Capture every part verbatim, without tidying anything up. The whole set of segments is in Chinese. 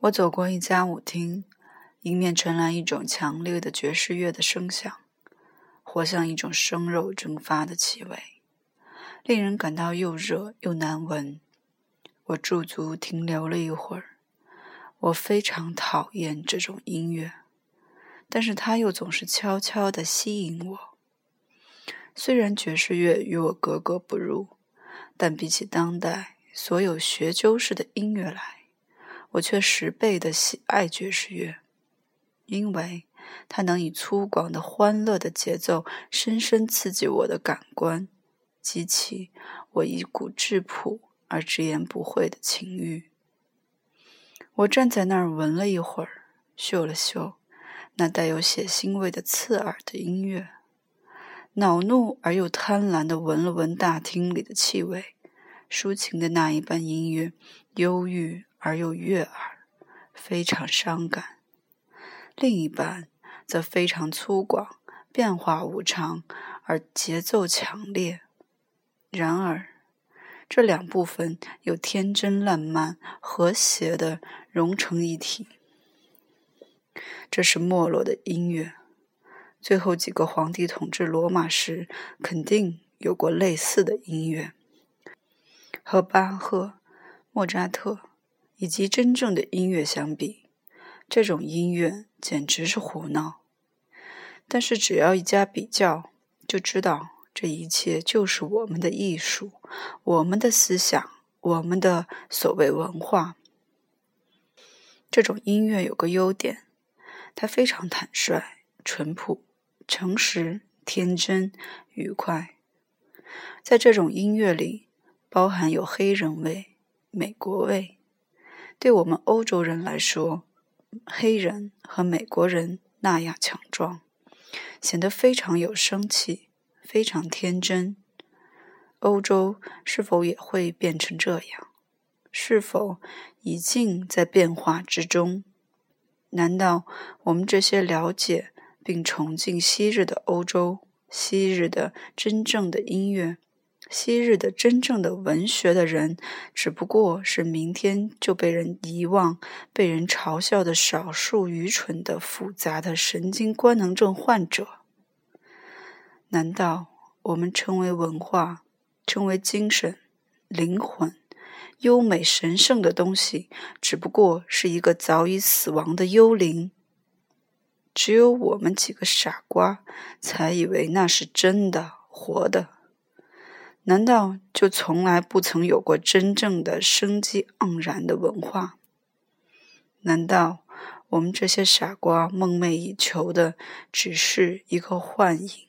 我走过一家舞厅，迎面传来一种强烈的爵士乐的声响，活像一种生肉蒸发的气味，令人感到又热又难闻。我驻足停留了一会儿，我非常讨厌这种音乐，但是它又总是悄悄地吸引我。虽然爵士乐与我格格不入，但比起当代所有学究式的音乐来，我却十倍的喜爱爵士乐，因为它能以粗犷的欢乐的节奏深深刺激我的感官，激起我一股质朴而直言不讳的情欲。我站在那儿闻了一会儿，嗅了嗅那带有血腥味的刺耳的音乐，恼怒而又贪婪地闻了闻大厅里的气味，抒情的那一半音乐忧郁而又悦耳，非常伤感；另一半则非常粗犷，变化无常而节奏强烈。然而这两部分又天真烂漫和谐地融成一体。这是没落的音乐，最后几个皇帝统治罗马时肯定有过类似的音乐。和巴赫、莫扎特以及真正的音乐相比，这种音乐简直是胡闹。但是只要一加比较，就知道这一切就是我们的艺术，我们的思想，我们的所谓文化。这种音乐有个优点，它非常坦率、淳朴、诚实、天真、愉快。在这种音乐里包含有黑人味、美国味。对我们欧洲人来说，黑人和美国人那样强壮，显得非常有生气，非常天真。欧洲是否也会变成这样？是否已经在变化之中？难道我们这些了解并崇敬昔日的欧洲，昔日的真正的音乐，昔日的真正的文学的人，只不过是明天就被人遗忘、被人嘲笑的少数愚蠢的复杂的神经官能症患者？难道我们称为文化，称为精神、灵魂、优美神圣的东西，只不过是一个早已死亡的幽灵？只有我们几个傻瓜才以为那是真的、活的。难道就从来不曾有过真正的生机盎然的文化？难道我们这些傻瓜梦寐以求的只是一个幻影？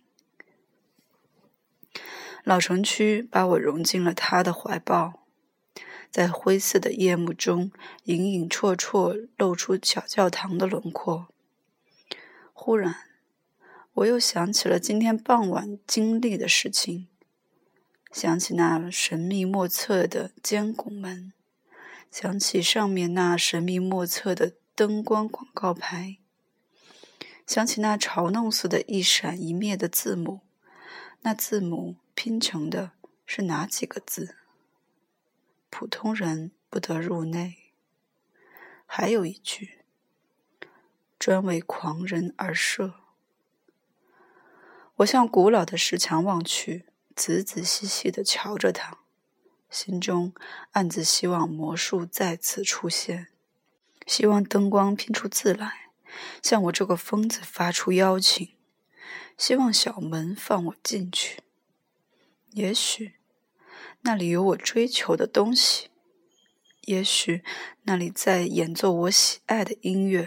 老城区把我融进了他的怀抱，在灰色的夜幕中隐隐绰绰露出小教堂的轮廓。忽然我又想起了今天傍晚经历的事情，想起那神秘莫测的尖拱门，想起上面那神秘莫测的灯光广告牌，想起那嘲弄似的一闪一灭的字母，那字母拼成的是哪几个字？普通人不得入内。还有一句，专为狂人而设。我向古老的石墙望去，仔仔细细地瞧着它，心中暗自希望魔术再次出现，希望灯光拼出字来，向我这个疯子发出邀请，希望小门放我进去。也许那里有我追求的东西，也许那里在演奏我喜爱的音乐。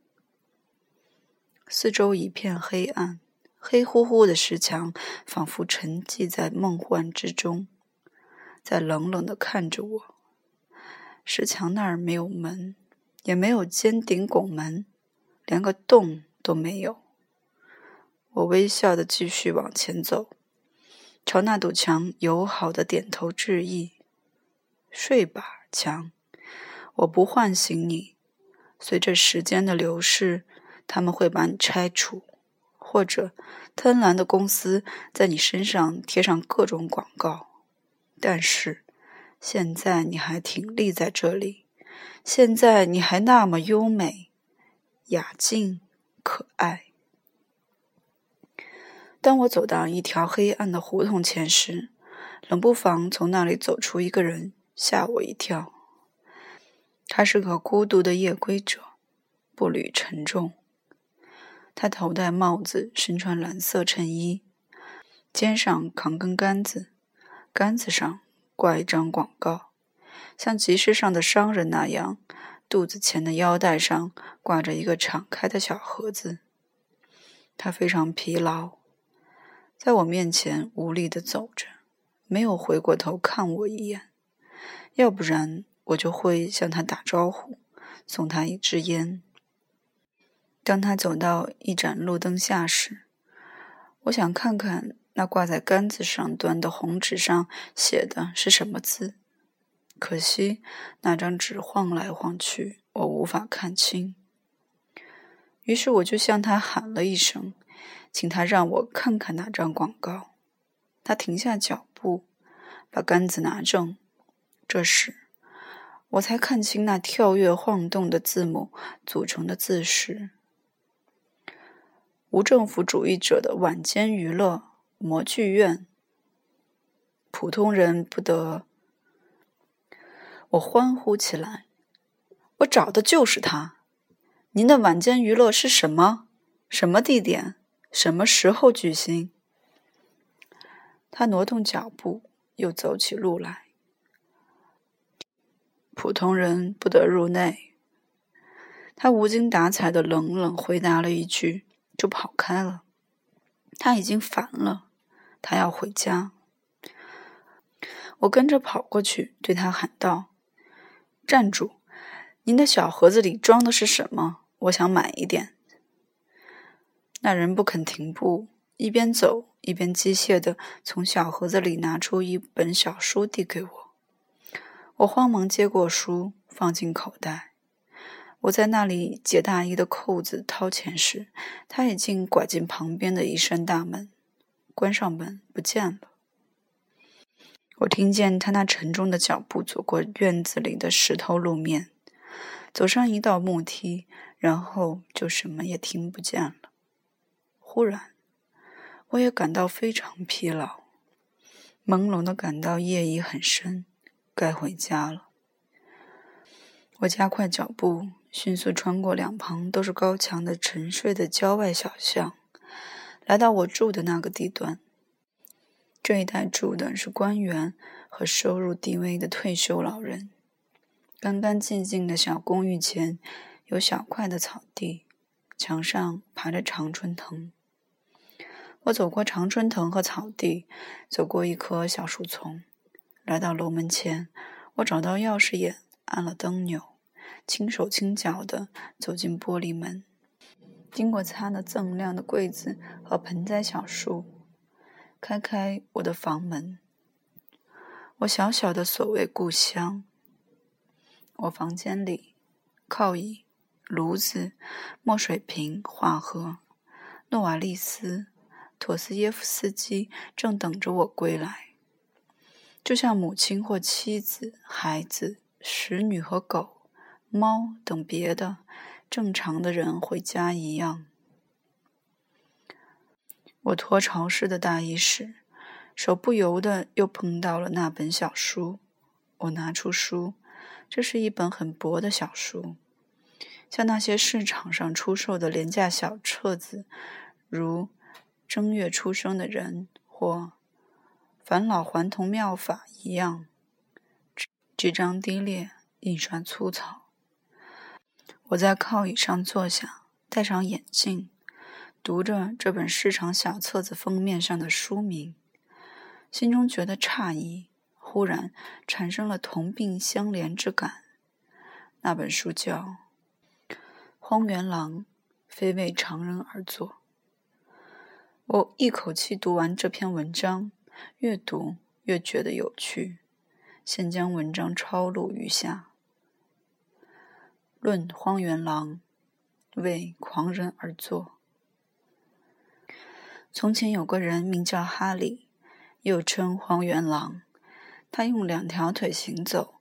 四周一片黑暗，黑乎乎的石墙仿佛沉寂在梦幻之中，在冷冷地看着我。石墙那儿没有门，也没有尖顶拱门，连个洞都没有。我微笑地继续往前走，朝那堵墙友好地点头致意。睡吧，墙，我不唤醒你。随着时间的流逝，他们会把你拆除，或者贪婪的公司在你身上贴上各种广告。但是现在你还挺立在这里， 现在你还那么优美、雅静、可爱。当我走到一条黑暗的胡同前时，冷不防从那里走出一个人，吓我一跳。他是个孤独的夜归者，步履沉重。他头戴帽子，身穿蓝色衬衣，肩上扛根杆子，杆子上挂一张广告，像集市上的商人那样，肚子前的腰带上挂着一个敞开的小盒子。他非常疲劳，在我面前无力地走着，没有回过头看我一眼，要不然我就会向他打招呼，送他一支烟。当他走到一盏路灯下时，我想看看那挂在杆子上端的红纸上写的是什么字，可惜那张纸晃来晃去，我无法看清。于是我就向他喊了一声，请他让我看看那张广告。他停下脚步，把杆子拿正。这时我才看清那跳跃晃动的字母组成的字是：无政府主义者的晚间娱乐模剧院，普通人不得。我欢呼起来，我找的就是他。您的晚间娱乐是什么？什么地点？什么时候举行？他挪动脚步，又走起路来。普通人不得入内。他无精打采地冷冷回答了一句，就跑开了。他已经烦了，他要回家。我跟着跑过去，对他喊道：站住！您的小盒子里装的是什么？我想买一点。那人不肯停步，一边走一边机械地从小盒子里拿出一本小书递给我。我慌忙接过书，放进口袋。我在那里解大衣的扣子掏钱时，他已经拐进旁边的一扇大门，关上门不见了。我听见他那沉重的脚步走过院子里的石头路面，走上一道木梯，然后就什么也听不见了。忽然，我也感到非常疲劳，朦胧地感到夜已很深，该回家了。我加快脚步，迅速穿过两旁都是高墙的沉睡的郊外小巷，来到我住的那个地段。这一带住的是官员和收入低微的退休老人。干干净净的小公寓前有小块的草地，墙上爬着常春藤。我走过常春藤和草地，走过一棵小树丛，来到楼门前，我找到钥匙眼，按了灯钮，轻手轻脚地走进玻璃门，经过擦得锃亮的柜子和盆栽小树，开开我的房门。我小小的所谓故乡。我房间里，靠椅、炉子、墨水瓶、画盒，诺瓦利斯、陀思耶夫斯基正等着我归来，就像母亲或妻子、孩子、使女和狗、猫等别的正常的人回家一样。我脱潮湿的大衣时，手不由得又碰到了那本小书。我拿出书，这是一本很薄的小书，像那些市场上出售的廉价小册子，如正月出生的人或返老还童妙法一样，纸张低劣，印刷粗糙。我在靠椅上坐下，戴上眼镜，读着这本市场小册子封面上的书名，心中觉得诧异，忽然产生了同病相怜之感。那本书叫《荒原狼非为常人而作》。我一口气读完这篇文章，越读越觉得有趣，先将文章抄录于下。论荒原狼，为狂人而作。从前有个人名叫哈里，又称荒原狼。他用两条腿行走，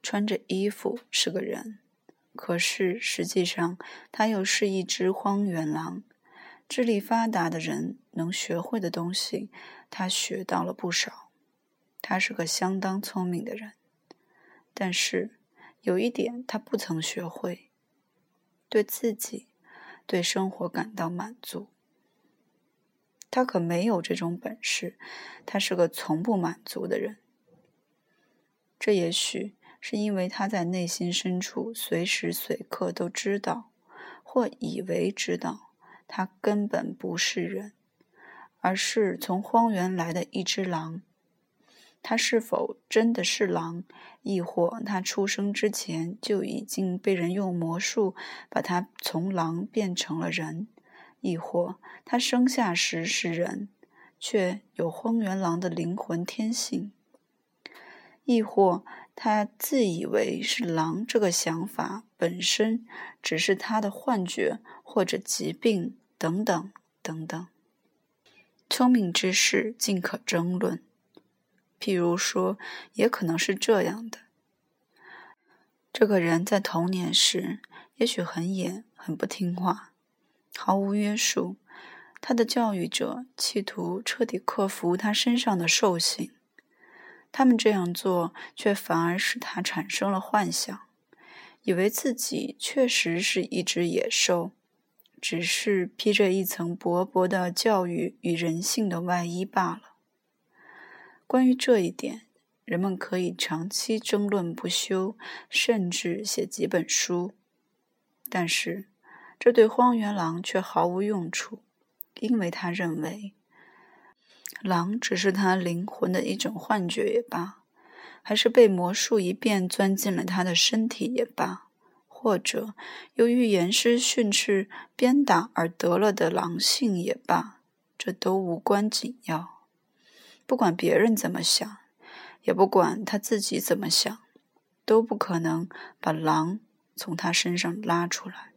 穿着衣服是个人，可是实际上他又是一只荒原狼。智力发达的人能学会的东西，他学到了不少。他是个相当聪明的人，但是有一点他不曾学会，对自己、对生活感到满足。他可没有这种本事，他是个从不满足的人。这也许是因为他在内心深处随时随刻都知道，或以为知道，他根本不是人，而是从荒原来的一只狼。他是否真的是狼，亦或他出生之前就已经被人用魔术把他从狼变成了人，亦或他生下时是人，却有荒原狼的灵魂天性，亦或他自以为是狼，这个想法本身只是他的幻觉或者疾病等等等等。聪明之事尽可争论，譬如说，也可能是这样的：这个人在童年时也许很野，很不听话，毫无约束，他的教育者企图彻底克服他身上的兽性。他们这样做，却反而使他产生了幻想，以为自己确实是一只野兽，只是披着一层薄薄的教育与人性的外衣罢了。关于这一点，人们可以长期争论不休，甚至写几本书。但是，这对荒原狼却毫无用处，因为他认为，狼只是他灵魂的一种幻觉也罢，还是被魔术一变钻进了他的身体也罢，或者由于严师训斥、鞭打而得了的狼性也罢，这都无关紧要。不管别人怎么想，也不管他自己怎么想，都不可能把狼从他身上拉出来。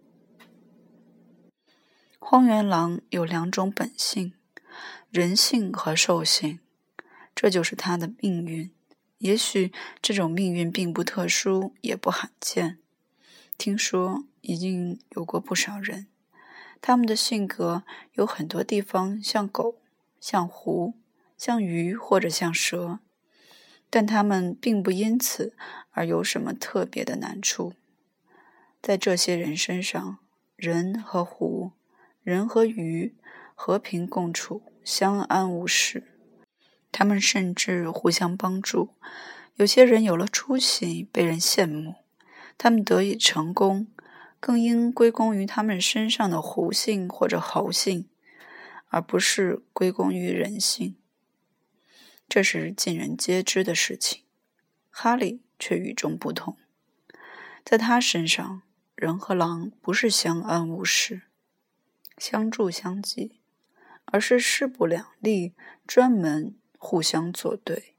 荒原狼有两种本性，人性和兽性，这就是他的命运。也许这种命运并不特殊，也不罕见。听说已经有过不少人，他们的性格有很多地方像狗、像狐、像鱼或者像蛇，但他们并不因此而有什么特别的难处。在这些人身上，人和狐、人和鱼和平共处，相安无事。他们甚至互相帮助，有些人有了出息，被人羡慕，他们得以成功，更应归功于他们身上的狐性或者猴性，而不是归功于人性。这是尽人皆知的事情，哈利却与众不同。在他身上，人和狼不是相安无事、相助相济，而是势不两立，专门互相作对。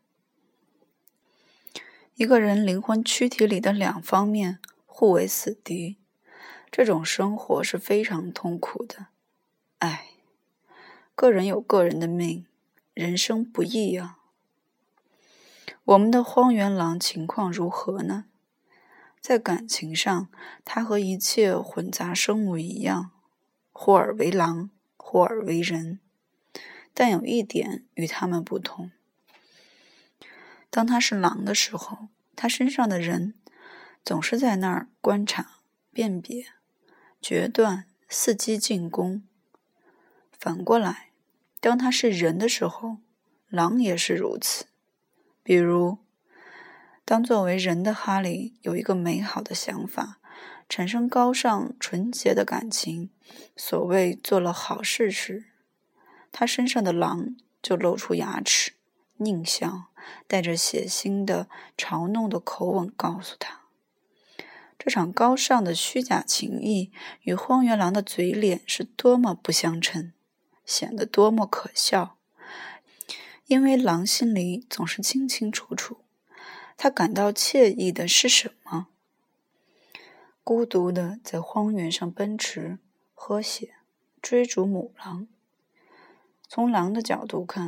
一个人灵魂躯体里的两方面互为死敌，这种生活是非常痛苦的。唉，个人有个人的命，人生不易啊。我们的荒原狼情况如何呢？在感情上，它和一切混杂生物一样，或尔为狼，或尔为人，但有一点与它们不同。当它是狼的时候，它身上的人总是在那儿观察、辨别、决断、伺机进攻。反过来，当它是人的时候，狼也是如此。比如，当作为人的哈利有一个美好的想法，产生高尚纯洁的感情，所谓做了好事时，他身上的狼就露出牙齿，狞笑，带着血腥的嘲弄的口吻告诉他，这场高尚的虚假情谊与荒原狼的嘴脸是多么不相称，显得多么可笑。因为狼心里总是清清楚楚，他感到惬意的是什么？孤独地在荒原上奔驰、喝血、追逐母狼。从狼的角度看，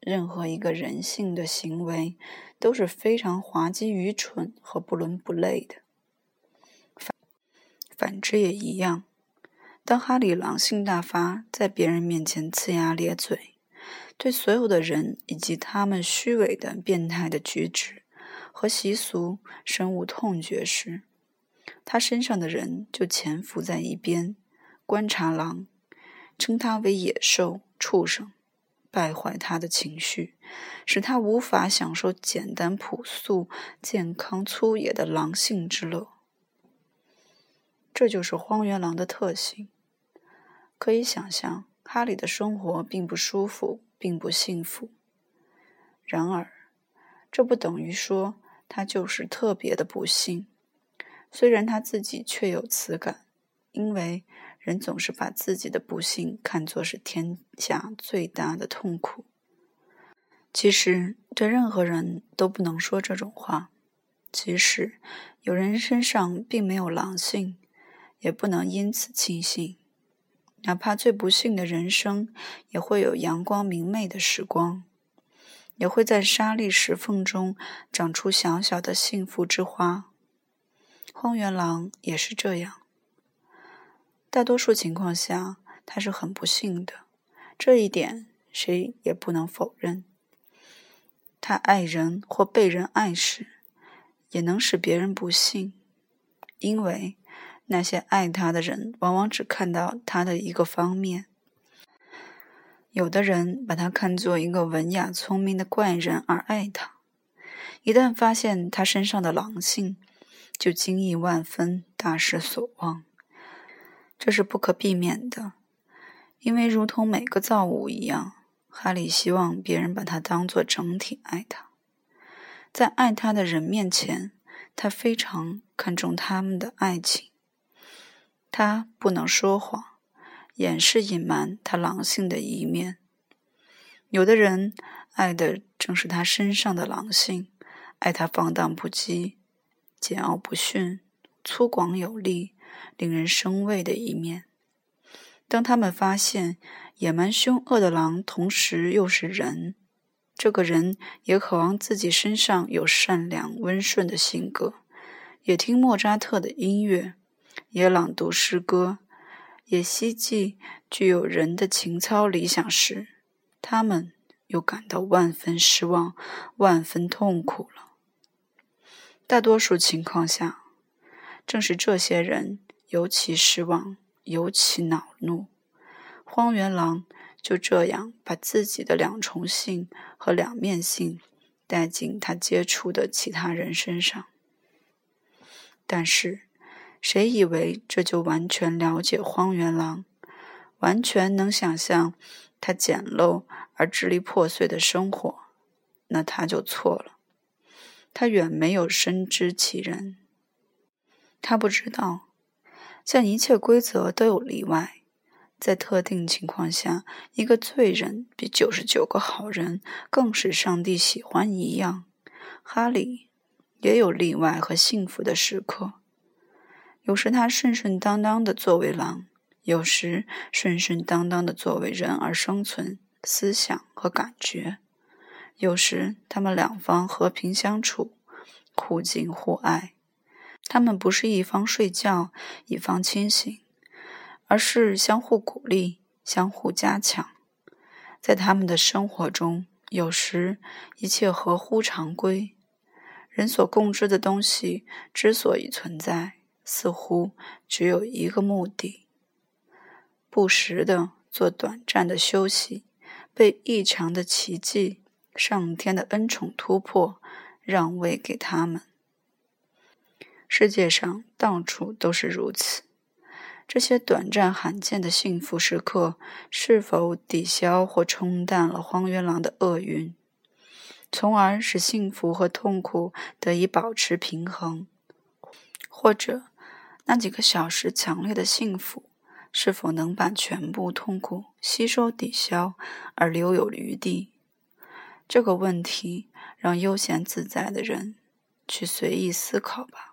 任何一个人性的行为都是非常滑稽、愚蠢和不伦不类的。反反之也一样，当哈里狼性大发，在别人面前呲牙咧嘴，对所有的人以及他们虚伪的变态的举止和习俗深恶痛绝时，他身上的人就潜伏在一边，观察狼，称他为野兽、畜生，败坏他的情绪，使他无法享受简单朴素、健康粗野的狼性之乐。这就是荒原狼的特性。可以想象，哈里的生活并不舒服，并不幸福。然而，这不等于说他就是特别的不幸。虽然他自己确有此感，因为人总是把自己的不幸看作是天下最大的痛苦。其实，对任何人都不能说这种话。即使有人身上并没有狼性，也不能因此轻信。哪怕最不幸的人生，也会有阳光明媚的时光，也会在沙砾石缝中长出小小的幸福之花。荒原狼也是这样。大多数情况下，他是很不幸的，这一点谁也不能否认。他爱人或被人爱时，也能使别人不幸，因为那些爱他的人往往只看到他的一个方面。有的人把他看作一个文雅聪明的怪人而爱他，一旦发现他身上的狼性，就惊异万分，大失所望。这是不可避免的，因为如同每个造物一样，哈里希望别人把他当作整体爱他。在爱他的人面前，他非常看重他们的爱情。他不能说谎，掩饰隐瞒他狼性的一面。有的人爱的正是他身上的狼性，爱他放荡不羁、桀骜不驯、粗犷有力、令人生畏的一面。当他们发现野蛮凶恶的狼同时又是人，这个人也渴望自己身上有善良温顺的性格，也听莫扎特的音乐，也朗读诗歌，也希冀具有人的情操理想时，他们又感到万分失望，万分痛苦了。大多数情况下，正是这些人尤其失望，尤其恼怒。荒原狼就这样把自己的两重性和两面性带进他接触的其他人身上。但是，谁以为这就完全了解荒原狼，完全能想象他简陋而支离破碎的生活，那他就错了。他远没有深知其人。他不知道，像一切规则都有例外，在特定情况下，一个罪人比九十九个好人更使上帝喜欢一样，哈里也有例外和幸福的时刻。有时他顺顺当当地作为狼，有时顺顺当当地作为人而生存、思想和感觉。有时他们两方和平相处，互敬互爱。他们不是一方睡觉，一方清醒，而是相互鼓励，相互加强。在他们的生活中，有时一切合乎常规。人所共知的东西之所以存在，似乎只有一个目的：不时地做短暂的休息，被异常的奇迹、上天的恩宠突破，让位给他们。世界上到处都是如此。这些短暂罕见的幸福时刻，是否抵消或冲淡了荒原狼的厄运，从而使幸福和痛苦得以保持平衡？或者，那几个小时强烈的幸福，是否能把全部痛苦吸收抵消，而留有余地？这个问题，让悠闲自在的人去随意思考吧。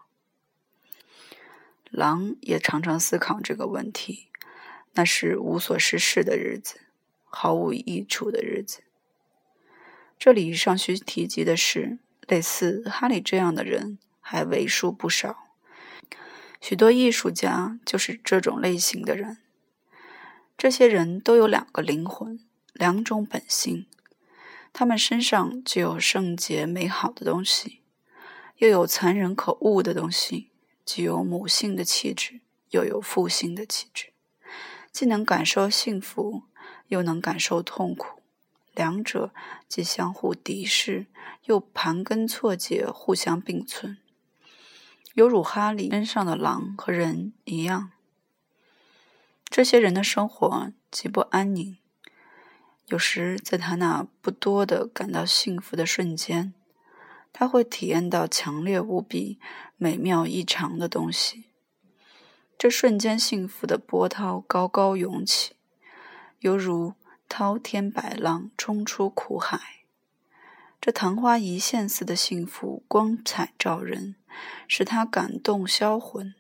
狼也常常思考这个问题，那是无所事事的日子，毫无益处的日子。 这里尚需提及的是，类似哈里这样的人还为数不少。许多艺术家就是这种类型的人。这些人都有两个灵魂，两种本性，他们身上既有圣洁美好的东西，又有残忍可恶的东西，既有母性的气质，又有父性的气质，既能感受幸福，又能感受痛苦，两者既相互敌视，又盘根错节，互相并存，犹如哈里身上的狼和人一样。这些人的生活极不安宁，有时在他那不多的感到幸福的瞬间，他会体验到强烈无比、美妙异常的东西。这瞬间幸福的波涛高高涌起，犹如滔天百浪冲出苦海。这昙花一现似的幸福光彩照人，使他感动销魂。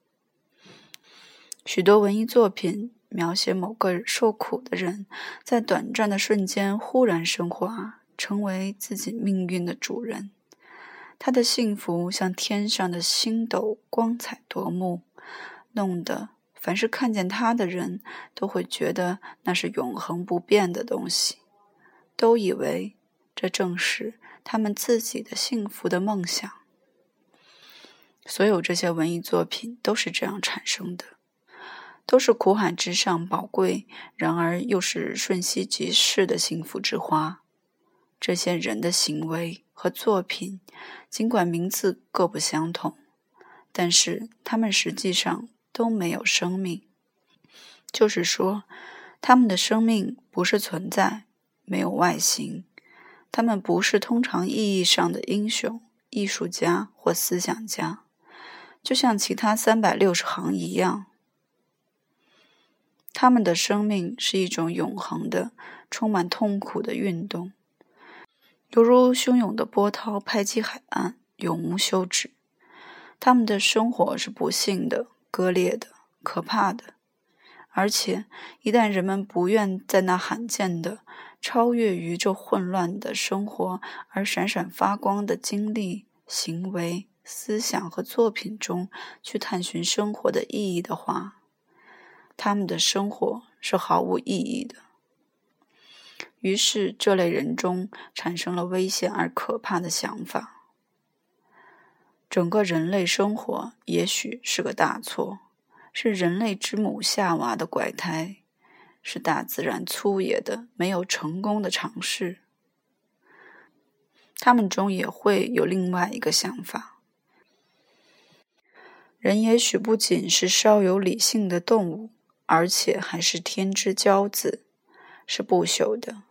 许多文艺作品描写某个受苦的人，在短暂的瞬间忽然升华，成为自己命运的主人。他的幸福像天上的星斗，光彩夺目，弄得凡是看见他的人都会觉得那是永恒不变的东西，都以为这正是他们自己的幸福的梦想。所有这些文艺作品都是这样产生的，都是苦海之上宝贵，然而又是瞬息即逝的幸福之花。这些人的行为和作品，尽管名字各不相同，但是他们实际上都没有生命。就是说，他们的生命不是存在，没有外形，他们不是通常意义上的英雄、艺术家或思想家，就像其他三百六十行一样。他们的生命是一种永恒的、充满痛苦的运动，犹如汹涌的波涛拍击海岸，永无休止。他们的生活是不幸的、割裂的、可怕的，而且一旦人们不愿在那罕见的、超越于这混乱的生活而闪闪发光的经历、行为、思想和作品中去探寻生活的意义的话，他们的生活是毫无意义的。于是这类人中产生了危险而可怕的想法。整个人类生活也许是个大错，是人类之母夏娃的怪胎，是大自然粗野的没有成功的尝试。他们中也会有另外一个想法，人也许不仅是稍有理性的动物，而且还是天之骄子，是不朽的，